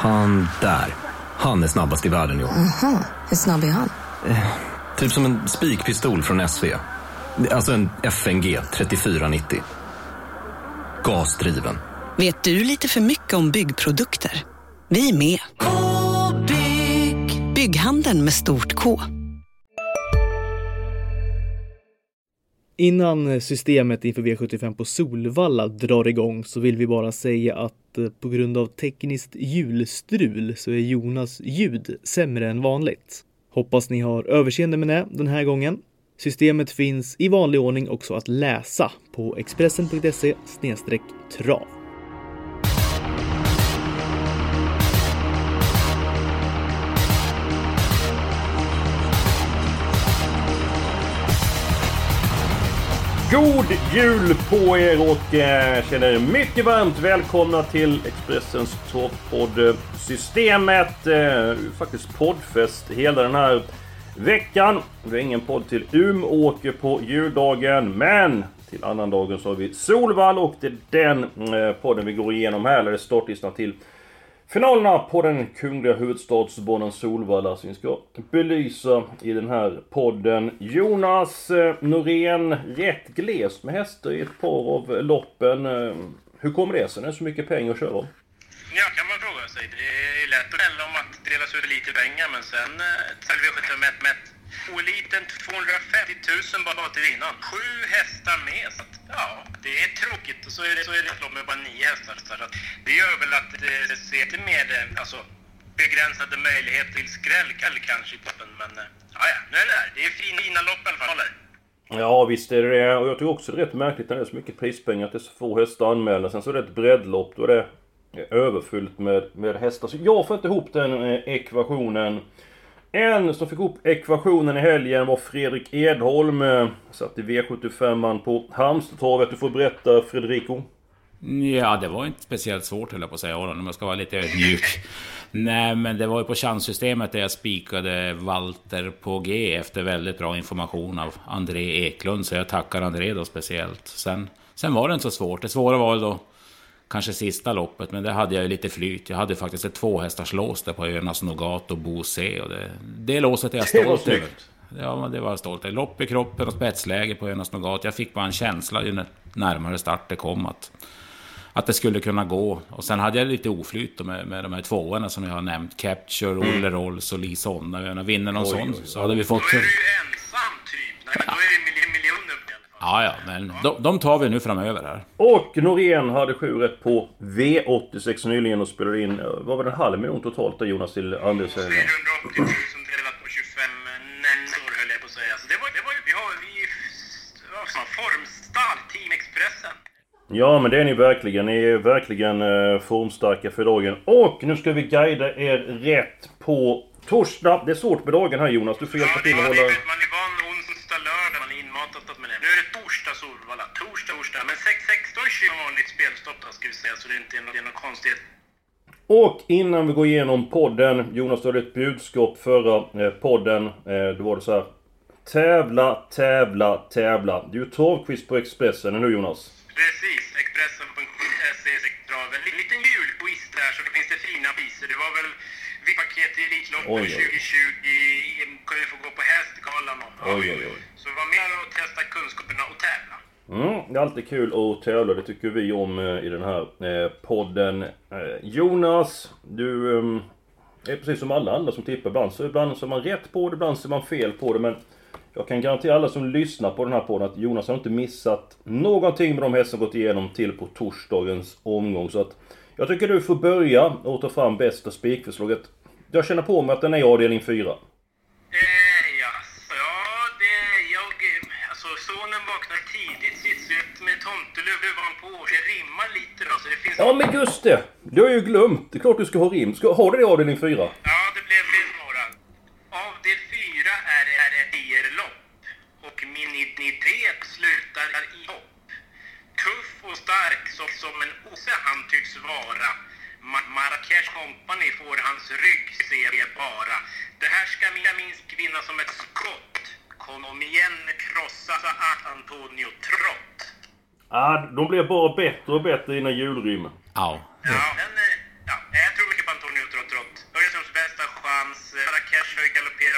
Han där. Han är snabbast i världen, jo. Aha, hur snabb är han? Typ som en spikpistol från SV. Alltså en FNG 3490. Gasdriven. Vet du lite för mycket om byggprodukter? Vi är med. K-bygg. Bygghandeln med stort K. Innan systemet inför V75 på Solvalla drar igång så vill vi bara säga att på grund av tekniskt julstrul så är Jonas ljud sämre än vanligt. Hoppas ni har överseende med det den här gången. Systemet finns i vanlig ordning också att läsa på expressen.se/trav. God jul på er och känner er mycket varmt välkomna till Expressens travpodd Systemet. Faktiskt poddfest hela den här veckan. Vi har ingen podd till Umeåker på juldagen, men till annan dagen så har vi Solvalla och det är den podden vi går igenom här. Eller det är startlistan till finalerna på den kungliga huvudstadsbanan Solvalla som vi ska belysa i den här podden. Jonas Norén, rätt glest med hästar i ett par av loppen. Hur kommer det sig? Det är så mycket pengar att köra om. Ja, kan man fråga sig. Det är lätt att tala om att delas ut lite pengar, men sen säljer vi med eliten 250 000 bara till innan. 7 hästar med, så att, ja, det är tråkigt. Och så är det ett lopp med bara 9 hästar. Så att det gör väl att det ser lite mer alltså, begränsade möjligheter till skräll kanske i toppen. Men ja, nu är det där. Det är fina lopp i alla fall. Ja, visst är det. Och jag tycker också det är rätt märkligt när det är så mycket prispengar att det är så få hästar anmälda. Sen så är det ett breddlopp då det är överfyllt med hästar. Så jag får inte ihop den ekvationen. En som fick ihop ekvationen i helgen var Fredrik Edholm. Satt i V75-man på Halmstad-travet. Du får berätta, Fredrico. Ja, det var inte speciellt svårt, höll jag på att säga, om jag ska vara lite ödmjuk. Nej, men det var ju på chanssystemet där jag spikade Walter på G efter väldigt bra information av André Eklund. Så jag tackar André då speciellt. Sen var det inte så svårt. Det svåra var då kanske sista loppet, men det hade jag ju lite flyt. Jag hade faktiskt ett 2-hästars lås där på Önas Nougat och Bose, och det låset är jag stolt över. Ja, men det var jag stolt över. Lopp i kroppen och spetsläge på Önas Nougat. Jag fick bara en känsla ju närmare start det kom att det skulle kunna gå. Och sen hade jag lite oflyt med de här tvåorna som jag har nämnt. Capture, Olle Rolls och Lison. När jag vinner någon sån så hade vi fått... Då är du ju ensam typ. Nej, men då är det miljoner. Ja, men de tar vi nu framöver här. Och Norén hade 7 rätt på V86 nyligen och spelade in, vad var det, 500 000 totalt där, Jonas, till Anders? 480 000 delat på 25 år, höll jag på att säga. Så det var vi har formstall, Team Expressen. Ja, men det är ni verkligen. Ni är verkligen formstarka för dagen. Och nu ska vi guida er rätt på torsdag. Det är svårt med dagen här, Jonas. Du får hjälpa till att hålla... Man är van onsdag, lördag, man är inmatat med det. Nu är det torsdag, Solvalla. Torsdag. Men 16 vanligt spelstopp då, ska vi säga. Så det är inte något konstigt. Och innan vi går igenom podden, Jonas, du hade ett budskap förra podden. Då var det så här: tävla. Det är ju travquiz på Expressen, eller hur, Jonas? Precis, Expressen.se-traven. En liten julquiz där, så det finns det fina priser. Det var väl VIP-paket i Elitloppet 2020. Kan vi få gå på hästgalan om. Oj. Så var med och testa kunskaperna och tävla. Det är alltid kul att tävla, det tycker vi om i den här podden. Jonas, du är precis som alla andra som tippar. Ibland så är man rätt på det, ibland så är man fel på det. Men jag kan garantera alla som lyssnar på den här podden att Jonas har inte missat någonting med de hästar som gått igenom till på torsdagens omgång. Så att jag tycker du får börja och ta fram bästa spikförslaget. Jag känner på mig att den är avdelning 4. Sonen vaknar tidigt, sits ut med tomtelöv på och det rimmar lite då, så det finns... Ja, men just det! Du har ju glömt. Det är klart du ska ha rim. Har du det i avdelning 4? Ja, det blev några. Avdelning 4 är ett tierlopp och min idé slutar i hopp. Tuff och stark som en osse han tycks vara. Marrakesh Company får hans rygg, ser jag bara. Det här ska minst vinna som ett skott. Kom igen, krossa Antonio Trott. De blir bara bättre och bättre innan julrymmen. Ja. Jag tror mycket på Antonio Trott.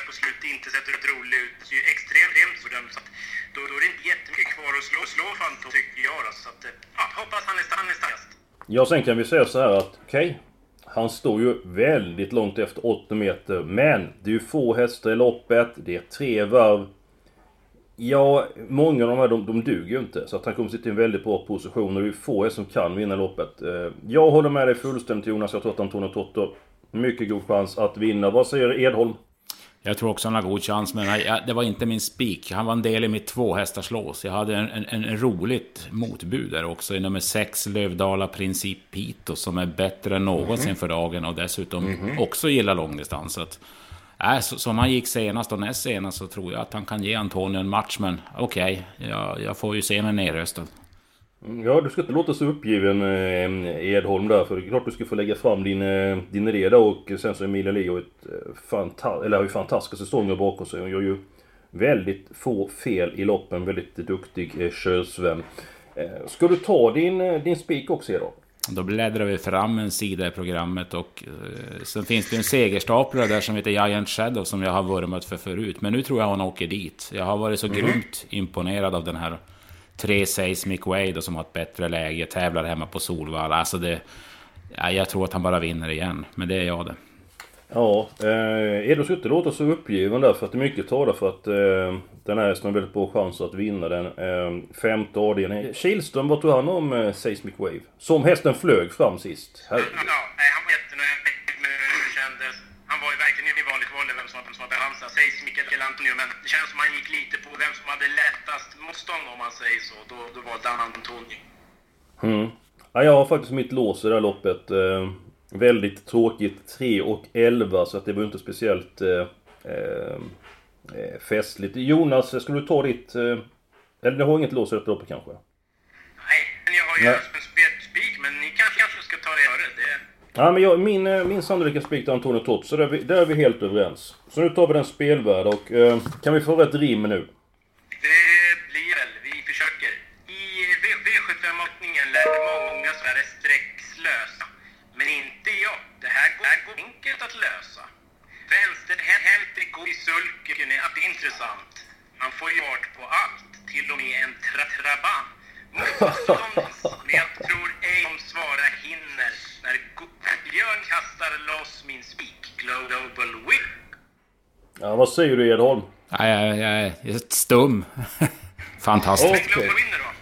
på slutet inte sett ut roligt ut. Det är ju extremt fördömt. Så att då är det inte jättemycket kvar att slå Fanto, tycker jag. Så att, hoppas han är starkast. Ja, sen kan vi säga så här att han står ju väldigt långt efter 80 meter. Men det är ju få hästar i loppet. Det är 3 varv. Ja, många av de här de duger ju inte. Så att han kommer sitta i en väldigt bra position. Och det är få hästar som kan vinna loppet. Jag håller med dig fullständigt, Jonas. Jag tror att Antonio Toto mycket god chans att vinna. Vad säger Edholm? Jag tror också han har god chans, men det var inte min spik. Han var en del i mitt 2 hästars lås. Jag hade en roligt motbud där också i nummer 6, Lövdala Princip Pito, som är bättre än någonsin för dagen och dessutom också gillar långdistans. Som han gick senast och näst senast, så tror jag att han kan ge Antonio en match, men okej, jag får ju se mig nerröstad. Ja, du ska inte låta så uppgiven, Edholm, där, för det är klart du ska få lägga fram din idé där. Och sen så Emilia Leo har ju fantastiska säsonger bakom sig. Hon gör ju väldigt få fel i loppen, väldigt duktig körsvän. Ska du ta din spik också, Edholm? Då bläddrar vi fram en sida i programmet och sen finns det en segerstaplare där som heter Giant Shadow som jag har vurmat för förut. Men nu tror jag hon åker dit. Jag har varit så grymt imponerad av den här 3 Seismic Wave som har ett bättre läge, tävlar hemma på Solvalla. Alltså jag tror att han bara vinner igen, men det är jag det. Ja, är du så inte låta så uppgiven där, för att det är mycket talar för att den här hästen har väldigt bra chans att vinna den 5:e avdelningen. Kihlström, vad tror han om Seismic Wave? Som hästen flög fram sist. Ja, han var jättenöjd med hur det kändes. Han var ju verkligen i vanligt val vem som hade chansat. Seismic eller Antonio, men det känns som han gick lite på vem som hade lättast motstånd, om man säger så. Då valde han Antonio. Ja, jag har faktiskt mitt lås i det här loppet. Väldigt tråkigt 3 och 11, så att det var inte speciellt festligt. Jonas, ska du ta ditt... eller du har inget lås i detta loppet kanske? Nej, jag har ju en spik, men ni kanske ska ta det före det. Ja, men min sannolika spik är Antonio Toto, så där är vi helt överens. Så nu tar vi den spelvärda och kan vi få ett rim nu? Det blir väl, vi försöker. I V75-åkningen lär många så här streckslösa. Men inte jag. Det här går enkelt att lösa. Vänsterhänt går i sulken är intressant. Man får ju vart på allt. Till och med en trabant. Men jag tror ej de svara hinner. När Björn kastar loss min spik. Global win. Ja, vad säger du, Edholm? Jag är stum. Fantastiskt. Global winner då.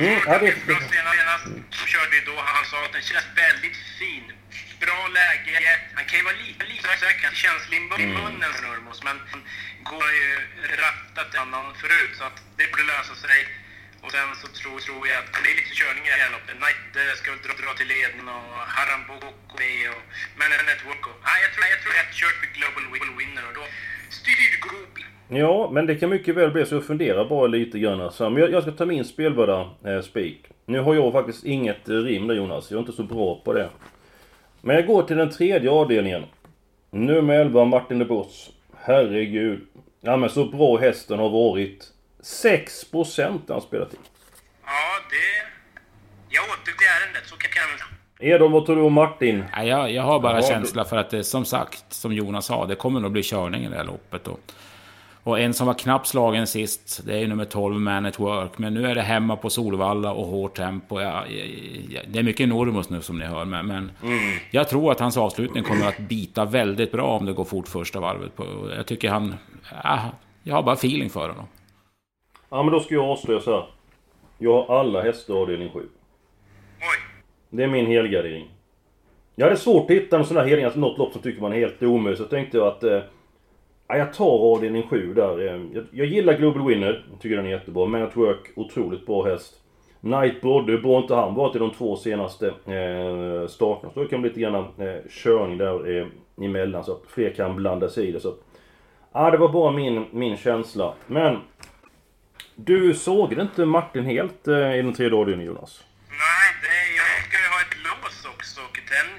Senast så körde vi då, han sa att den känns väldigt fin. Bra läge, han kan ju vara lite säker, känslig i munnen Nurmos, men går ju rattat annan förut, så att det borde lösa sig. Och sen så tror jag att det är lite körningar i hela loppet. Night ska väl dra till leden och Haramboko och men Network. Jag tror att kört för Global Winner och då styr Gobi. Ja, men det kan mycket väl bli så. Jag funderar bara lite grann. Så jag ska ta min spelvärda spik. Nu har jag faktiskt inget rim där, Jonas. Jag är inte så bra på det. Men jag går till den 3:e avdelningen. Nummer 11, Martin de Boss. Herregud. Ja, men så bra hästen har varit. 6% han spelat i. Ja, jag återgår till ärendet, så kan jag... Edholm, vad tror du om Martin? Jag har bara känsla för att det, som sagt, som Jonas sa, det kommer nog bli körning i det här loppet då. Och en som var knappt slagen sist, det är ju nummer 12, Man at Work. Men nu är det hemma på Solvalla och hårt tempo. Det är mycket Nurmos nu som ni hör. Men jag tror att hans avslutning kommer att bita väldigt bra om det går fort första varvet. Jag tycker jag har bara feeling för honom. Ja, men då ska jag avslöja så här. Jag har alla hästar avdelning 7. Oj. Det är min helgardering. Jag hade svårt att hitta en sån här helgardering, alltså något lopp som tycker man är helt omöjligt. Så jag tänkte att... jag tar avdelning 7 där. Jag gillar Global Winner. Jag tycker den är jättebra. Man at Work, otroligt bra häst. Night Brodde, bra inte han var till de 2 senaste starterna. Så det kan bli lite grann körning där emellan. Så att fler kan blanda sig i det. Så det var bara min känsla. Men du såg det inte Martin helt i den 3:e avdelningen, Jonas? Nej, jag ska ju ha ett lås också. Och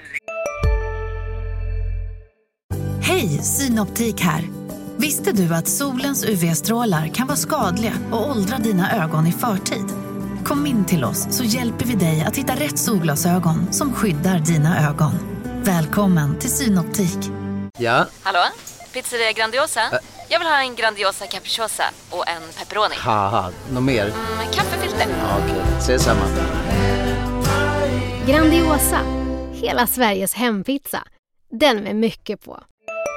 Hej, Synoptik här. Visste du att solens UV-strålar kan vara skadliga och åldra dina ögon i förtid? Kom in till oss så hjälper vi dig att hitta rätt solglasögon som skyddar dina ögon. Välkommen till Synoptik. Ja? Hallå? Pizzeria Grandiosa? Jag vill ha en Grandiosa capriciosa och en pepperoni. Haha, något mer? Kaffefilter. Ja, okej, ses samma. Grandiosa, hela Sveriges hempizza. Den med mycket på.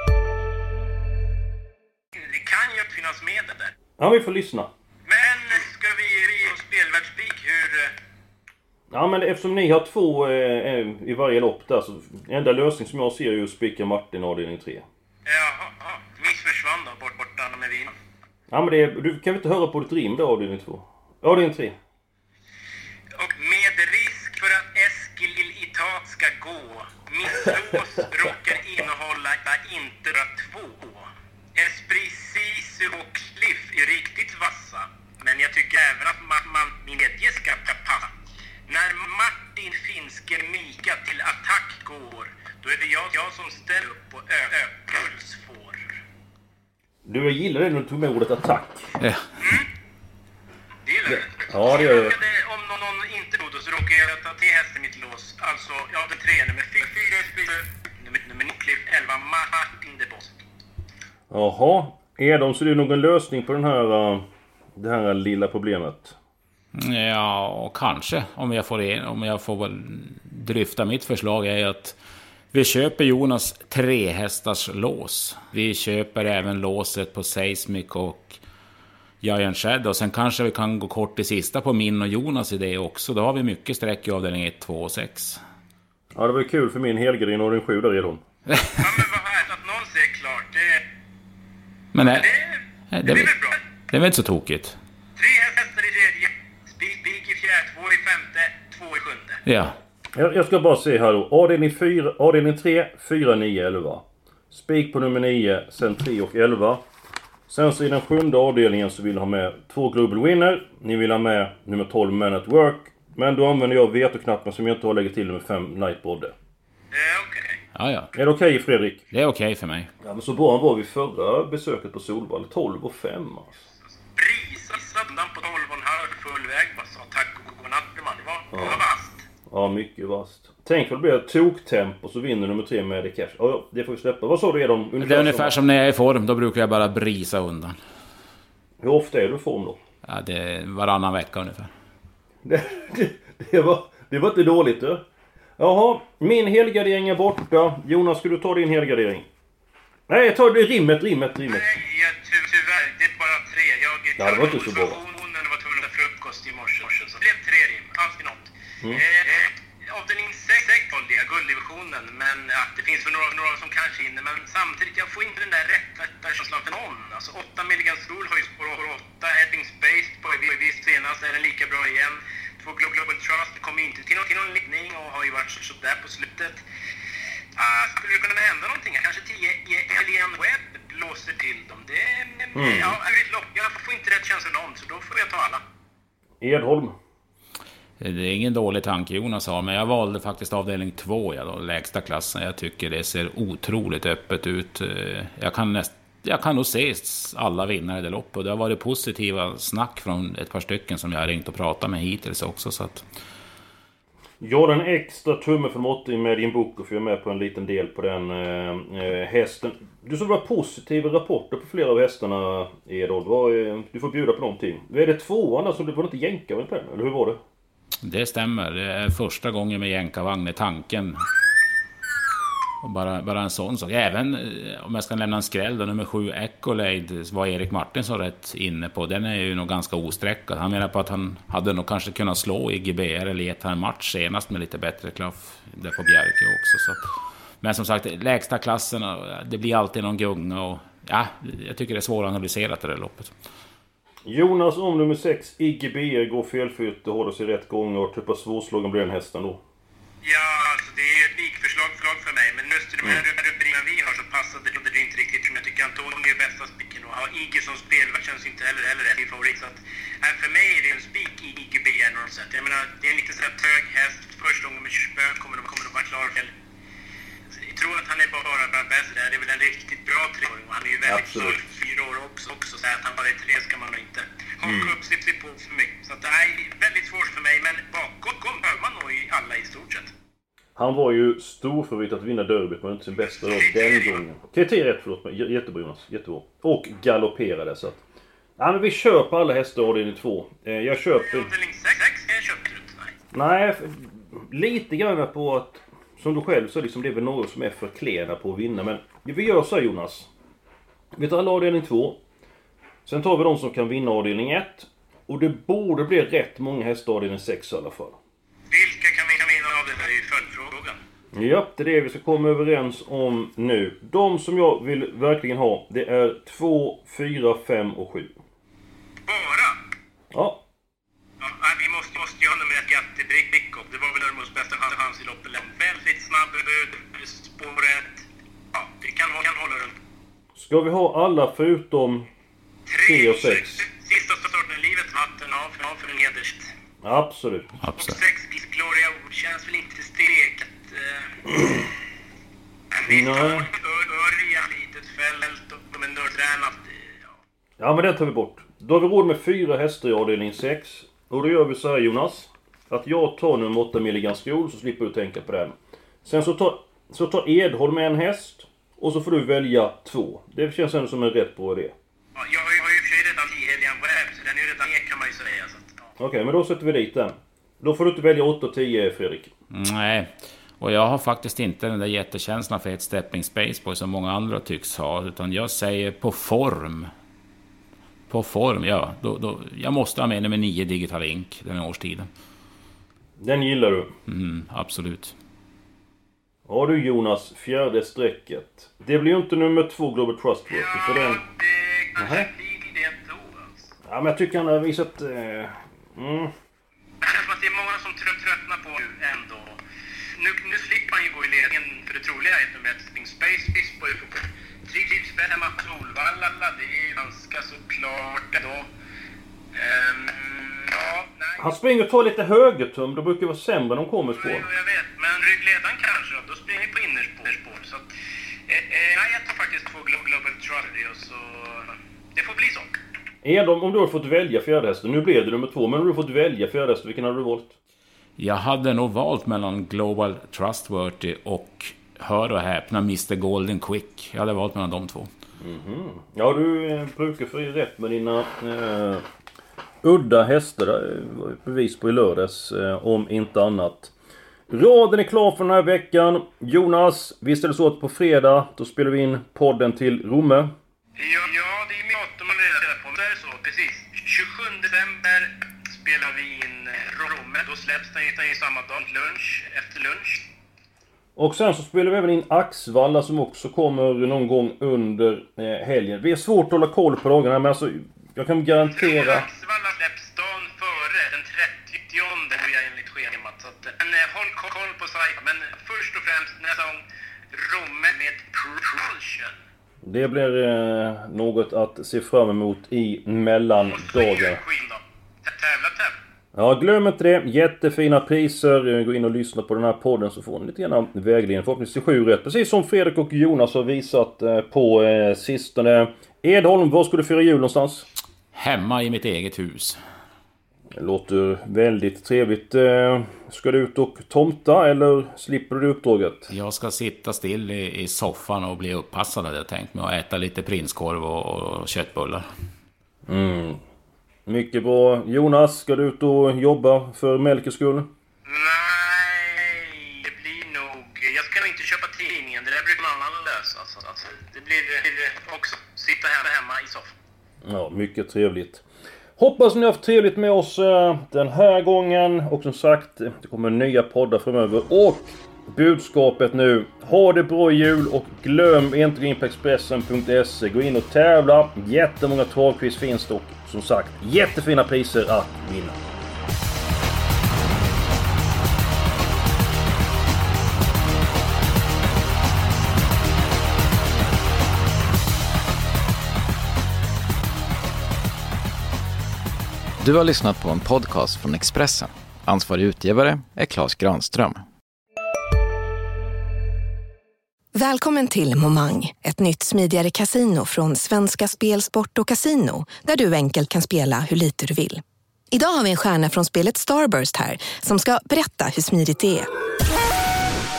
Det kan ju finnas med där. Ja, vi får lyssna. Men ska vi och spelvärldsspik hur... Ja, men eftersom ni har 2 i varje lopp där, så enda lösning som jag ser är ju att spika Martin avdelning 3. Jaha, miss försvann då, borta med vin. Ja, men du kan väl inte höra på ditt rim då, avdelning 2? Avdelning 3. Och med risk för att Eskil Itat ska gå, min sås råkar innehålla inte 2. Esprit Sisu och Cliff är riktigt vassa, men jag tycker även att man medge ska passa. När Martin Finske Mika till attack går, då är det jag som ställer upp och puls får. Du, jag gillar det när du tog med ordet attack. Ja. Det gillar du? Ja, det gör jag. Om någon inte då så råkar jag ta till hästen mitt lås. Alltså, jag har 3 nummer 4, nummer 9, Cliff 11, Martin de Boss. Jaha, Edom, så det är någon lösning på det här lilla problemet? Ja, kanske. Om jag får dryfta mitt förslag är att vi köper Jonas 3 hästars lås. Vi köper även låset på Seismic och Giant Shadow. Sen kanske vi kan gå kort i sista på min och Jonas idé också. Då har vi mycket sträck i avdelning 1, 2 och 6. Ja, det var kul för min Helgardin och den 7 där redan. Ja, men vad härligt att någon säger klart. Men det är väl bra. Det är väl inte så tokigt. 3 hästar i tredje, spik i fjärde, 2 i femte, 2 i sjunde. Ja. Jag ska bara se här då. Avdelning 3, 4, 9, 11. Spik på nummer 9, sen 3 och 11. Sen så i den 7:e avdelningen så vill jag ha med 2 Global Winner. Ni vill ha med nummer 12 Man at Work. Men då använder jag veto-knappen som jag inte har lägger till nummer 5 Nightbody. Okej. Ja. Är det okej, Fredrik? Det är okej för mig. Ja, men så bra var vi förra besöket på Solvall. 12 och 5 alltså. Prisa undan på 12,5 full väg. Vad sa tack och godnatt. Det var vast. Ja, mycket vast. Tänk vad det blir toktempo så vinner nummer 3 med Cash. Ja, det får vi släppa. Vad sa du, Edom? Det är ungefär som när jag är i form. Då brukar jag bara brisa undan. Hur ofta är du i form då? Ja, det är varannan vecka ungefär. Det var inte dåligt du. Jaha, min helgardering är borta. Jonas, ska du ta din helgardering? Nej, jag tar det rimmet. Nej, tyvärr. Det är bara 3. Det var inte så bra. Hon var tvungen att frukost i morse. Så det blev 3 rim. Alltid något. Avdelning 6 valde jag gulddivisionen. Men det finns väl några som kanske hinner. Men samtidigt, jag får inte den där rätta känslan för någon. Alltså 8 Milligan School har ju spår 8. Ebbing Space på visst senast är den lika bra igen. 2 Global Trust kommer inte till någon likning och har ju varit så där på slutet. Skulle det kunna hända någonting? Kanske 10 Alien Web blåser till dem. Det är ett lopp. Jag får inte rätt känsla någon, så då får jag ta alla. Edholm. Det är ingen dålig tanke Jonas har, men jag valde faktiskt avdelning 2, lägsta klassen. Jag tycker det ser otroligt öppet ut. Jag kan nog se alla vinnare i det loppet. Och det har varit positiva snack från ett par stycken som jag har ringt och pratat med hittills också. Så att... Jag har en extra tumme för måttning med din bok och får med på en liten del på den hästen. Du såg vara positiva rapporter på flera av hästarna, Edholm. Du får bjuda på någonting. Är det 2:an som du får inte jänka på den, eller hur var det? Det stämmer. Det är första gången med jänkarvagn i tanken. Och bara en sån sak. Även om jag ska lämna en skräll då, nummer 7 Ecolade var Erik Martinsson rätt inne på. Den är ju nog ganska osträckad. Han menar på att han hade nog kanske kunnat slå i GBR eller gett en match senast med lite bättre klaff där på Bjerke också. Så att, men som sagt, lägsta klassen, det blir alltid någon gunga och jag tycker det är svåranalyserat det där loppet. Jonas, om nummer 6 IGBR går felfyllt och håller sig rätt gånger och typ av svårslagen blir den hästen då. Ja, alltså det är ett likförslag för mig. Men just i de här rubrikerna vi har så passade det inte riktigt. Som jag tycker Antonio är bästa spiken. Och har IG som spelvärd känns inte heller rätt i favorit. Så att för mig är det en spik i IGBR något sätt. Jag menar, det är en lite så här hög häst. Första gången med spö kommer de vara klar för. Jag tror att han är bara bland bäst där. Det är väl en riktigt bra 3-åring. Och han är ju väldigt stor 4 år också. Så att han bara är 3 ska man nog inte haka upp sig på för mycket. Så att det är väldigt svårt för mig. Men bakom behöver man nog i alla i stort sett. Han var ju stor favorit att vinna derbyt, men inte sin bästa dag den gången. Kriteriet, förlåt mig. Jättebra Jonas, jättebra. Och galopperade så att... Ja, men vi köper alla hästar avdelning 2. Jag köper... Avdelning 6 köper du inte? Nej, lite grann på att... Som du själv så liksom det är väl något som är för klena på att vinna. Men vi gör så här Jonas. Vi tar alla avdelning 2. Sen tar vi de som kan vinna avdelning 1. Och det borde bli rätt många hästar avdelning 6 i alla fall. Vilka kan vinna avdelning i följdfrågan? Ja, det är det vi ska komma överens om nu. De som jag vill verkligen ha, det är 2, 4, 5 och 7. Bara? Ja. Ja, vi måste ju ha nummer 1 Jättebrick. Det var väl Örmos bästa chans i loppet. Väldigt snabb ut, spåret. Ja, det kan hålla runt. Ska vi ha alla förutom 3 och 6? Sista starten i livet, vatten av för en hederst. Absolut. Och 6 Gloria Ord känns väl inte stekat. Nej. Örjan, litet fält och med nördtränat. Ja, men den tar vi bort. Då har vi råd med 4 hästar i avdelning 6. Och då gör vi så här Jonas. Att jag tar nummer 8 Milligan Skol, så slipper du tänka på den. Sen så tar Edholm en häst. Och så får du välja 2. Det känns ändå som en rätt bra idé. Ja, jag har ju för redan i Elian Webb, så den är ju redan med kan man ju säga. Ja. Okej, men då sätter vi dit den. Då får du inte välja 8 och 10, Fredrik. Nej, och jag har faktiskt inte den där jättekänslan för ett stepping space boy som många andra tycks ha. Utan jag säger på form. På form, ja. Jag måste ha med nummer 9 Digital Ink den här årstiden. Den gillar du? Absolut. Ja du Jonas, 4:e strecket. Det blir ju inte nummer 2 Global Trustworthy för den... det kanske blir det då alltså. Ja, men jag tycker han har visat... Det känns som att det är många som tröttnar på nu ändå. Nu slipper man ju gå i ledningen för det troliga är nummer 1 Space Boy. 3 tips för hemma på Solvalla, det är ju ganska så klart då. Ja, nej. Han springer och tar lite högertum, då brukar det vara sämre när de kommer spår. Jo, jag vet, men ryggledaren kanske då springer vi på innerspår. Så att, nej, jag tar faktiskt 2 Global Trustworthy och så... Det får bli så. Om du har fått välja 4:e hästen, nu blev det nummer 2, men om du har fått välja 4:e hästen, vilken hade du valt? Jag hade nog valt mellan Global Trustworthy och, hör och häpna, Mr. Golden Quick. Jag hade valt mellan de 2. Ja, du brukar få rätt med dina udda hästar. Bevis på i lördags, om inte annat. Raden är klar för den här veckan. Jonas, visst är det så att på fredag då spelar vi in podden till Romme? Ja, det är mycket man redan på. Det är så, precis. 27 december spelar vi in Romme. Då släpps den i samma dag, efter lunch. Och sen så spelar vi även in Axvalla som också kommer någon gång under helgen. Det är svårt att hålla koll på dagarna, men alltså jag kan garantera... Axvalla släpps dagen före, den 30:e blir jag enligt schemat. Så att, håll koll på sajten. Men först och främst nästa gång Romme med Propulsion. Det blir något att se fram emot i mellandagar. Tävla. Ja, glöm inte det. Jättefina priser. Gå in och lyssna på den här podden så får ni lite grann vägledning. Förhoppningsvis 7 rätt. Precis som Fredrik och Jonas har visat på sistone. Edholm, var ska du fira jul någonstans? Hemma i mitt eget hus. Det låter väldigt trevligt. Ska du ut och tomta eller slipper du uppdraget? Jag ska sitta still i soffan och bli uppassad, hade jag tänkt mig. Och äta lite prinskorv och köttbullar. Mycket bra. Jonas, ska du ut och jobba för Melkers skull? Nej, det blir nog... Jag ska nog inte köpa tidningen. Det där brukar man annan lösa. Alltså, det blir också sitta hemma i soffan. Ja, mycket trevligt. Hoppas ni har haft trevligt med oss den här gången. Och som sagt, det kommer nya poddar framöver. Och budskapet nu. Ha det bra jul och glöm inte gå in på Expressen.se. Gå in och tävla. Jättemånga travquiz finns det och som sagt, jättefina priser att vinna. Du har lyssnat på en podcast från Expressen. Ansvarig utgivare är Claes Granström. Välkommen till Momang, ett nytt smidigare casino från Svenska Spel, Sport och Casino, där du enkelt kan spela hur lite du vill. Idag har vi en stjärna från spelet Starburst här som ska berätta hur smidigt det är.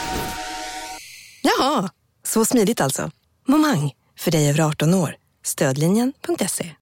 Jaha, så smidigt alltså. Momang, för dig över 18 år. Stödlinjen.se.